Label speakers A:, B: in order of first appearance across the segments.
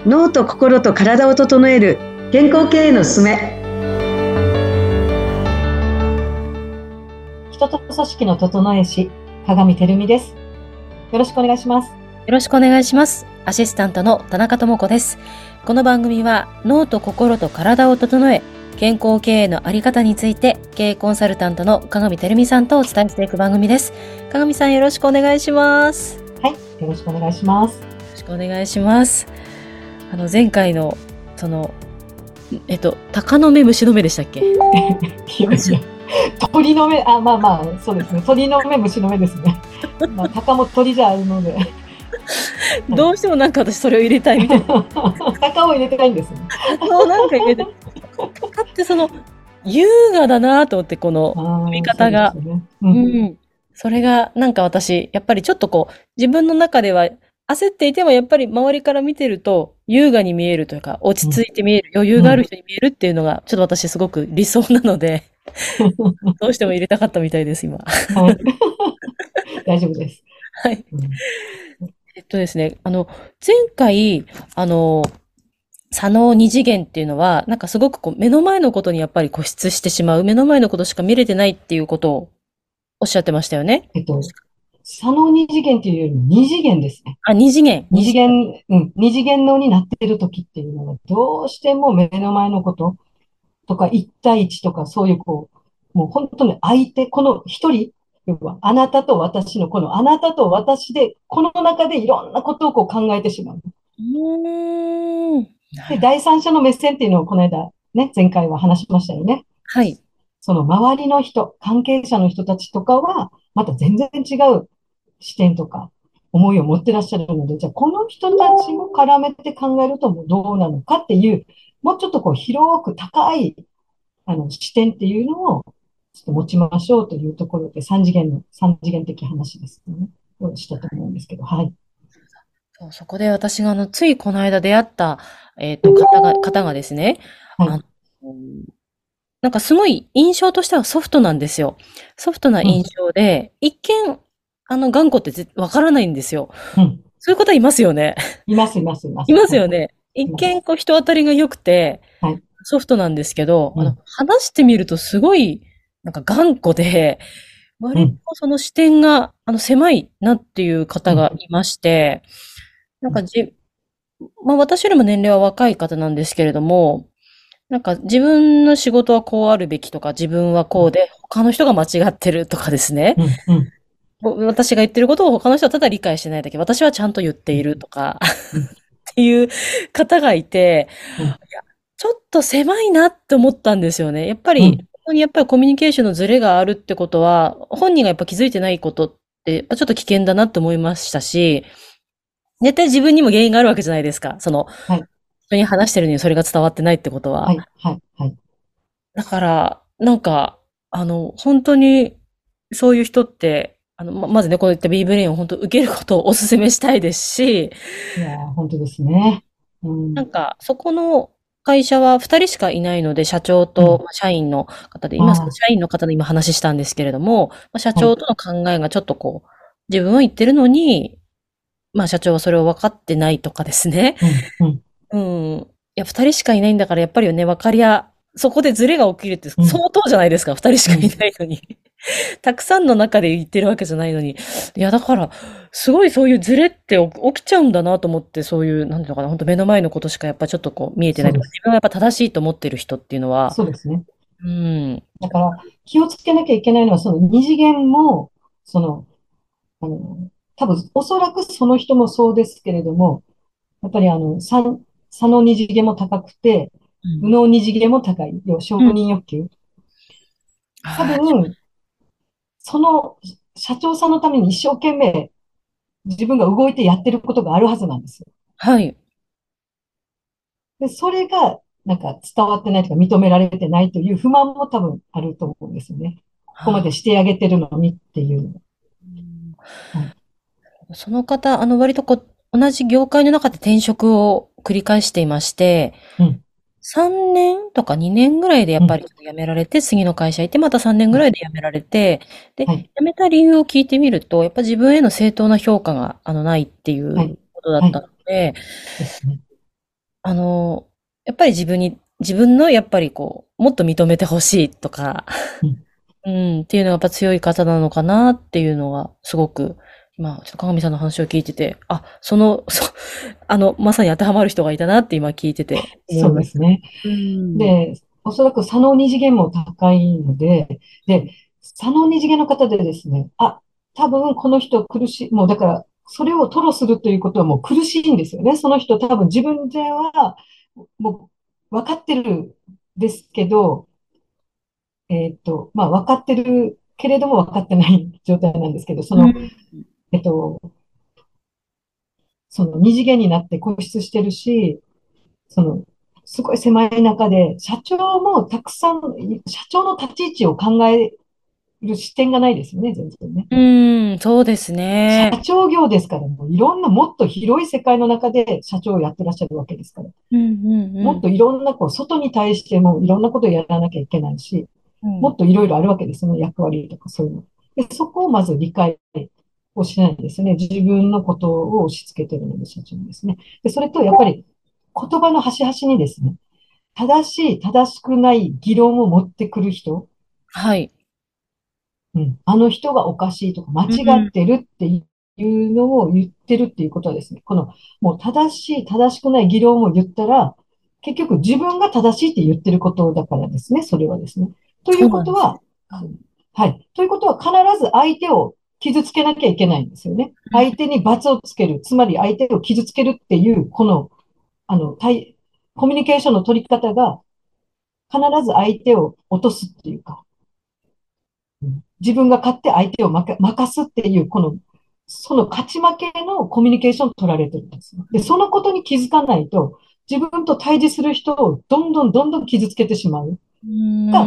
A: 脳と心と体を整える健康経営のすすめ。人と組織の整え師、鏡てるみです。よろしくお願いします。
B: よろしくお願いします。アシスタントの田中智子です。この番組は脳と心と体を整え、健康経営のあり方について経営コンサルタントの鏡てるみさんとお伝えしていく番組です。鏡さん、よろしくお願いします。
A: はい、よろしくお願いします。よ
B: ろしくお願いします。前回の鷹の目虫の目でしたっけ？
A: いやいや、鳥の目、そうですね。鳥の目、虫の目ですね。鷹も鳥じゃあるので。
B: どうしてもなんか私それを入れたいみたいな。
A: 鷹を入れてないんですね。
B: 鷹をなんか入れて。だって優雅だなと思って、この見方が。それがなんか私、やっぱりちょっと自分の中では焦っていても、やっぱり周りから見てると優雅に見えるというか、落ち着いて見える、余裕がある人に見えるっていうのが、ちょっと私すごく理想なので、どうしても入れたかったみたいです、今。
A: はい、大丈夫です。
B: はい。ですね、前回、左脳二次元っていうのは、なんかすごく目の前のことにやっぱり固執してしまう、目の前のことしか見れてないっていうことをおっしゃってましたよね。
A: 左脳二次元っていうよりも二次元ですね。
B: 二次元。
A: 二次元脳になっている時っていうのは、どうしても目の前のこととか、一対一とか、そういうもう本当に相手、この一人、要はあなたと私の、このあなたと私で、この中でいろんなことを考えてしまう。で、第三者の目線っていうのをこの間、ね、前回は話しましたよね。
B: はい。
A: その周りの人、関係者の人たちとかは、また全然違う視点とか、思いを持ってらっしゃるので、じゃあこの人たちも絡めて考えるともうどうなのかっていう、もうちょっと広く高い視点っていうのをちょっと持ちましょうというところで、三次元的話ですね。をしたと思うんですけど、はい。
B: そこで私がついこの間出会った、方がですね、
A: はい。
B: なんかすごい印象としてはソフトなんですよ。ソフトな印象で、一見、頑固ってわからないんですよ。そういう方いますよね。
A: います、います、います。
B: いますよね。一見、人当たりが良くて、ソフトなんですけど、話してみるとすごい、なんか頑固で、割とその視点が、狭いなっていう方がいまして、なんか私よりも年齢は若い方なんですけれども、なんか自分の仕事はこうあるべきとか、自分はこうで、他の人が間違ってるとかですね。私が言ってることを他の人はただ理解してないだけ、私はちゃんと言っているとかっていう方がいて、いや、ちょっと狭いなって思ったんですよね。やっぱり、本当にやっぱりコミュニケーションのズレがあるってことは、本人がやっぱ気づいてないことって、ちょっと危険だなって思いましたし、絶対自分にも原因があるわけじゃないですか。人に話してるのにそれが伝わってないってことは。だから、なんか、本当に、そういう人って、まずね、こういった B ブレインを本当受けることをお勧めしたいですし、
A: いやー、本当ですね。
B: なんか、そこの会社は2人しかいないので、社長と社員の方で、今、社員の方で今話したんですけれども、社長との考えがちょっと自分は言ってるのに、社長はそれを分かってないとかですね。いや、2人しかいないんだから、やっぱりね、そこでズレが起きるって相当じゃないですか、2人しかいないのに。たくさんの中で言ってるわけじゃないのに。いや、だから、すごいそういうズレって起きちゃうんだなと思って、そういう、なんていうのかな、本当目の前のことしかやっぱちょっと見えてないとか、自分がやっぱ正しいと思ってる人っていうのは、
A: そうですね。だから、気をつけなきゃいけないのは、その二次元も、多分、おそらくその人もそうですけれども、やっぱり左の二次元も高くて、右脳二次元も高い。要承認欲求。多分、その社長さんのために一生懸命自分が動いてやってることがあるはずなんですよ。
B: はい。
A: で、それが、なんか伝わってないとか認められてないという不満も多分あると思うんですよね。ここまでしてあげてるのにっていうの。
B: その方、割と同じ業界の中で転職を繰り返していまして、3年とか2年ぐらいでやっぱり辞められて、次の会社行って、また3年ぐらいで辞められて、で、辞めた理由を聞いてみると、やっぱ自分への正当な評価が、ないっていうことだったので、 あの、やっぱり自分のやっぱりもっと認めてほしいとか、
A: うん。
B: うん、っていうのがやっぱ強い方なのかなっていうのは、すごく、今、ちょっと鏡さんの話を聞いてて、あ、まさに当てはまる人がいたなって今聞いてて思いました。
A: そうですね。
B: うん。
A: で、おそらく左脳二次元も高いので、左脳二次元の方でですね、多分この人苦しい、もうだから、それを吐露するということはもう苦しいんですよね。その人多分自分ではもう分かってるんですけど、まあ分かってるけれども分かってない状態なんですけど、
B: うん。
A: えっと、その二次元になって固執してるし、その、すごい狭い中で、社長もたくさん、社長の立ち位置を考える視点がないですよね、全然ね。
B: うん、そうです
A: 社
B: ね。
A: 長業ですから、もういろんな、もっと広い世界の中で社長をやってらっしゃるわけですから、
B: うんうんうん。
A: もっといろんな、外に対してもいろんなことをやらなきゃいけないし、
B: うん。
A: もっといろいろあるわけですよね、役割とかそういうの。で、そこをまず理解をしないんですね。自分のことを押し付けてるので、社長にですね。で、それとやっぱり言葉の端々にですね、正しい、正しくない議論を持ってくる人、
B: はい。
A: うん、あの人がおかしいとか間
B: うん。
A: 違ってるっていうのを言ってるっていうことはですね、もう正しい、正しくない議論を言ったら、結局自分が正しいって言ってることだからですね、それはですね。とい
B: そう
A: うことは、
B: なんですよ。うん。
A: はい。ということは必ず相手を傷つけなきゃいけないんですよね。相手に罰をつける、つまり相手を傷つけるっていう、あの、対コミュニケーションの取り方が必ず相手を落とすっていうか、自分が勝って相手を任すっていう、その勝ち負けのコミュニケーションを取られてるんですよ。で、そのことに気づかないと、自分と対峙する人をどんどんどんどん傷つけてしまう
B: うん。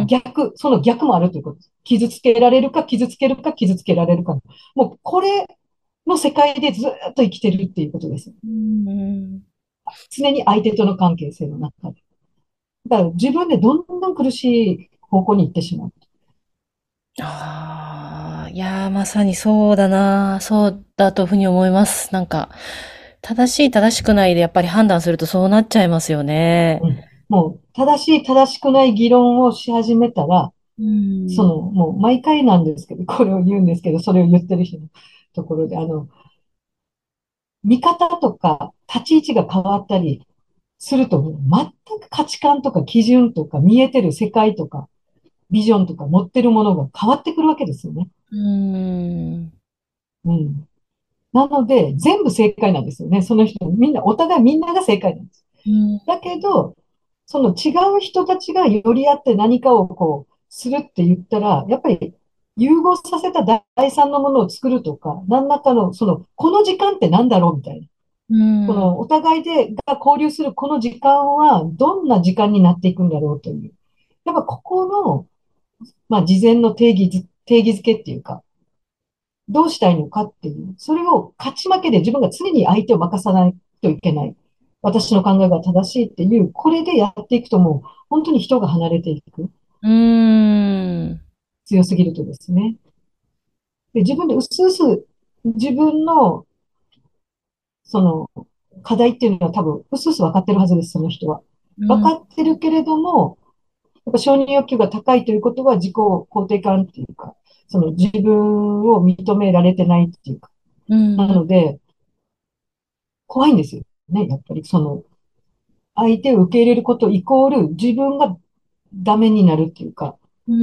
A: その逆もあるということです。傷つけられるか、傷つけるか、傷つけられるか。もう、これの世界でずっと生きてるっていうことです。
B: うん。
A: 常に相手との関係性の中で。だから自分でどんどん苦しい方向に行ってしまう。
B: ああ、いやー、まさにそうだな。そうだというふうに思います。なんか、正しい正しくないでやっぱり判断するとそうなっちゃいますよね。
A: うん、もう、正しい、正しくない議論をし始めたら、
B: うん。
A: もう毎回なんですけど、これを言うんですけど、それを言ってる人のところで、見方とか立ち位置が変わったりすると、全く価値観とか基準とか見えてる世界とかビジョンとか持ってるものが変わってくるわけですよね。
B: うん。
A: うん。なので、全部正解なんですよね。その人、みんな、お互いみんなが正解なんです。
B: うん。
A: だけど、その違う人たちが寄り合って何かをするって言ったら、やっぱり融合させた第三のものを作るとか、何らかの、この時間って何だろうみたいな。
B: うん。
A: お互いが交流するこの時間はどんな時間になっていくんだろうという。やっぱここの、まあ、事前の定義づけっていうか、どうしたいのかっていう、それを勝ち負けで自分が常に相手を任さないといけない。私の考えが正しいっていう、これでやっていくともう、本当に人が離れていく。
B: うん。
A: 強すぎるとですね。で、自分でうすうす、自分の、その、課題っていうのは多分、うすうす分かってるはずです、その人は。分かってるけれども、やっぱ承認欲求が高いということは自己肯定感っていうか、その自分を認められてないっていうか。な
B: うん。
A: ので、怖いんですよね。やっぱり相手を受け入れることイコール自分がダメになるっていうか、
B: うん。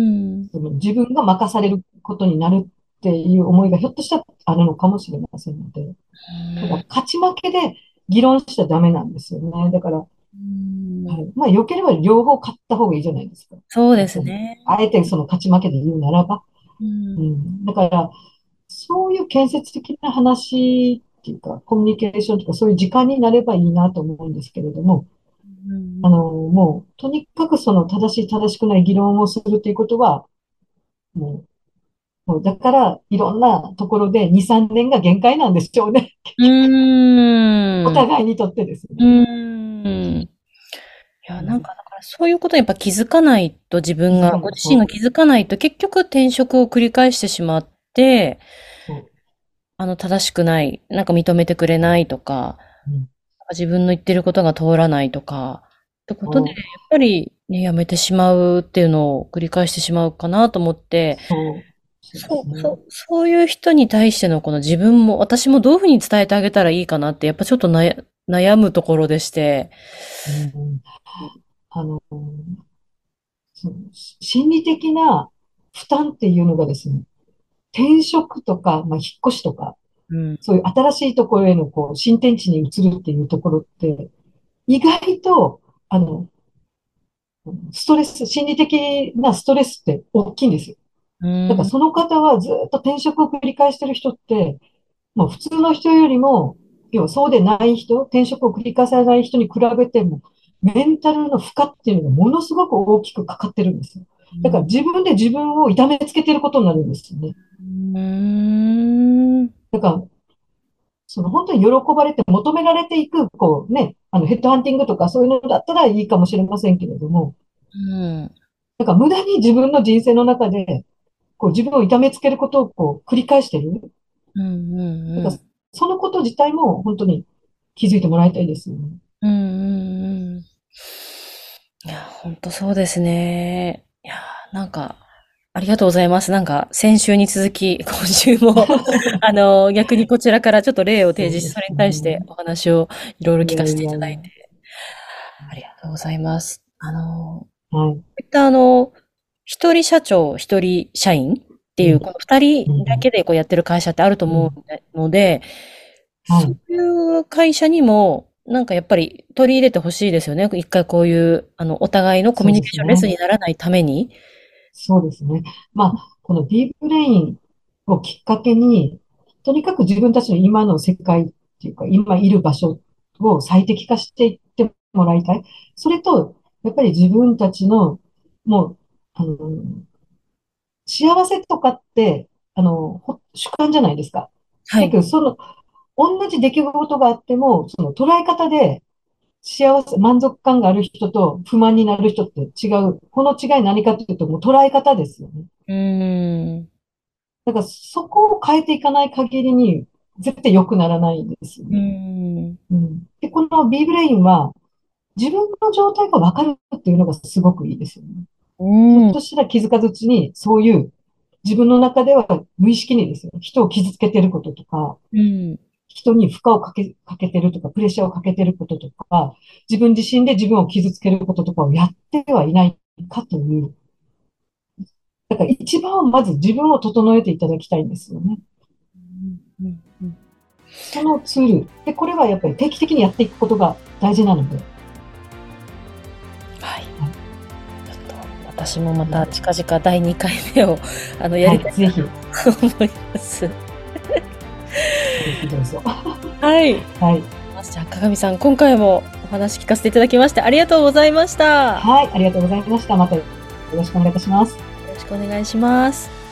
A: その自分が任されることになるっていう思いがひょっとしたらあるのかもしれませんので、だから勝ち負けで議論しちゃダメなんですよね。だから、
B: うん。
A: はい。まあ、良ければ両方勝った方がいいじゃないですか。
B: そうで
A: やっぱり。
B: すね。
A: あえてその勝ち負けで言うならば。
B: うん。
A: うん。だから、そういう建設的な話っていうか、コミュニケーションとかそういう時間になればいいなと思うんですけれども、
B: うん。
A: もう、とにかくその正しい正しくない議論をするということは、ももうだから、いろんなところで2、3年が限界なんでしょうね。
B: う
A: お
B: ーん。
A: 互いにとってです
B: う
A: ね。
B: ーん。いや、
A: うん、
B: だからそういうことにやっぱ気づかないとご
A: 気づかない。そう。
B: 自身が気づかないと結局転職を繰り返してしまって、
A: そ
B: 正しくない、認めてくれないとか、
A: う。うん。
B: 自分の言ってることが通らないとか、ってことで、やっぱりね、やめてしまうっていうのを繰り返してしまうかなと思って、
A: そうですね。
B: そういう人に対してのこの自分も、私もどういうふうに伝えてあげたらいいかなって、やっぱちょっと悩むところでして。
A: うん、あの、その心理的な負担っていうのがですね、転職とか、まあ、引っ越しとか、
B: うん。
A: そういう新しいところへのこう新天地に移るっていうところって、意外と、ストレス、心理的なストレスって大きいんですよ。
B: う
A: だから
B: ん。
A: その方はずっと転職を繰り返してる人って、もう普通の人よりも、要はそうでない人、転職を繰り返さない人に比べても、メンタルの負荷っていうのがものすごく大きくかかってるんですよ。だから自分で自分を痛めつけてることになるんですよね。
B: うん。
A: だから、その本当に喜ばれて求められていく、こうね、ヘッドハンティングとかそういうのだったらいいかもしれませんけれども、
B: うん。
A: だから無駄に自分の人生の中で、こう自分を痛めつけることをこう繰り返してる。
B: うん。
A: だから
B: うん。
A: そのこと自体も本当に気づいてもらいたいですよね。
B: うん。うん。いや、ほんとそうですね。いや、なんか、ありがとうございます。なんか、先週に続き、今週も、逆にこちらからちょっと例を提示して、それ
A: そうです
B: に対して
A: ね。
B: お話をいろいろ
A: いや
B: 聞かせてい
A: いやいや。
B: ただいて、ありがとうございます。
A: はい。
B: こういった一人社長、一人社員っていう、
A: うん。
B: この二人
A: うん。
B: だけでこうやってる会社ってあると思
A: うん。
B: うので、そう
A: はい。
B: いう会社にも、なんかやっぱり取り入れてほしいですよね。一回こういう、お互いのコ
A: そう
B: ミュニケーションレス
A: ですね。
B: にならないために。
A: そうですね。まあ、このディープブレインをきっかけに、とにかく自分たちの今の世界っていうか、今いる場所を最適化していってもらいたい。それと、やっぱり自分たちの、もう、幸せとかって、主観じゃないですか。
B: はい。
A: だけど、同じ出来事があっても、その捉え方で幸せ、満足感がある人と不満になる人って違う。この違い何かというと、もう捉え方ですよね。
B: うーん。
A: だからそこを変えていかない限りに、絶対良くならないんですよ
B: うー
A: ね。
B: ん。
A: うん。で、この B ブレインは、自分の状態がわかるっていうのがすごくいいですよね。
B: う
A: ひょっ
B: ーん。
A: としたら気づかずうちに、そういう自分の中では無意識にですよ。人を傷つけてることとか、
B: うん。
A: 人に負荷をかけてるとか、プレッシャーをかけてることとか、自分自身で自分を傷つけることとかをやってはいないかという。だから一番まず自分を整えていただきたいんですよね。
B: うん。うん。
A: そのツール。で、これはやっぱり定期的にやっていくことが大事なので。
B: はい。
A: はい。
B: ちょっと、私もまた近々第2回目を、や
A: はい。
B: りたい
A: ぜひ、ぜ
B: なと思います。
A: ひどうぞ。
B: はい。
A: はい。
B: じゃあ、鏡さん、今回もお話聞かせていただきましてありがとうございました。よ
A: はい。ありがとうございました。またよろしくお願いいたします。
B: ろしくお願いします。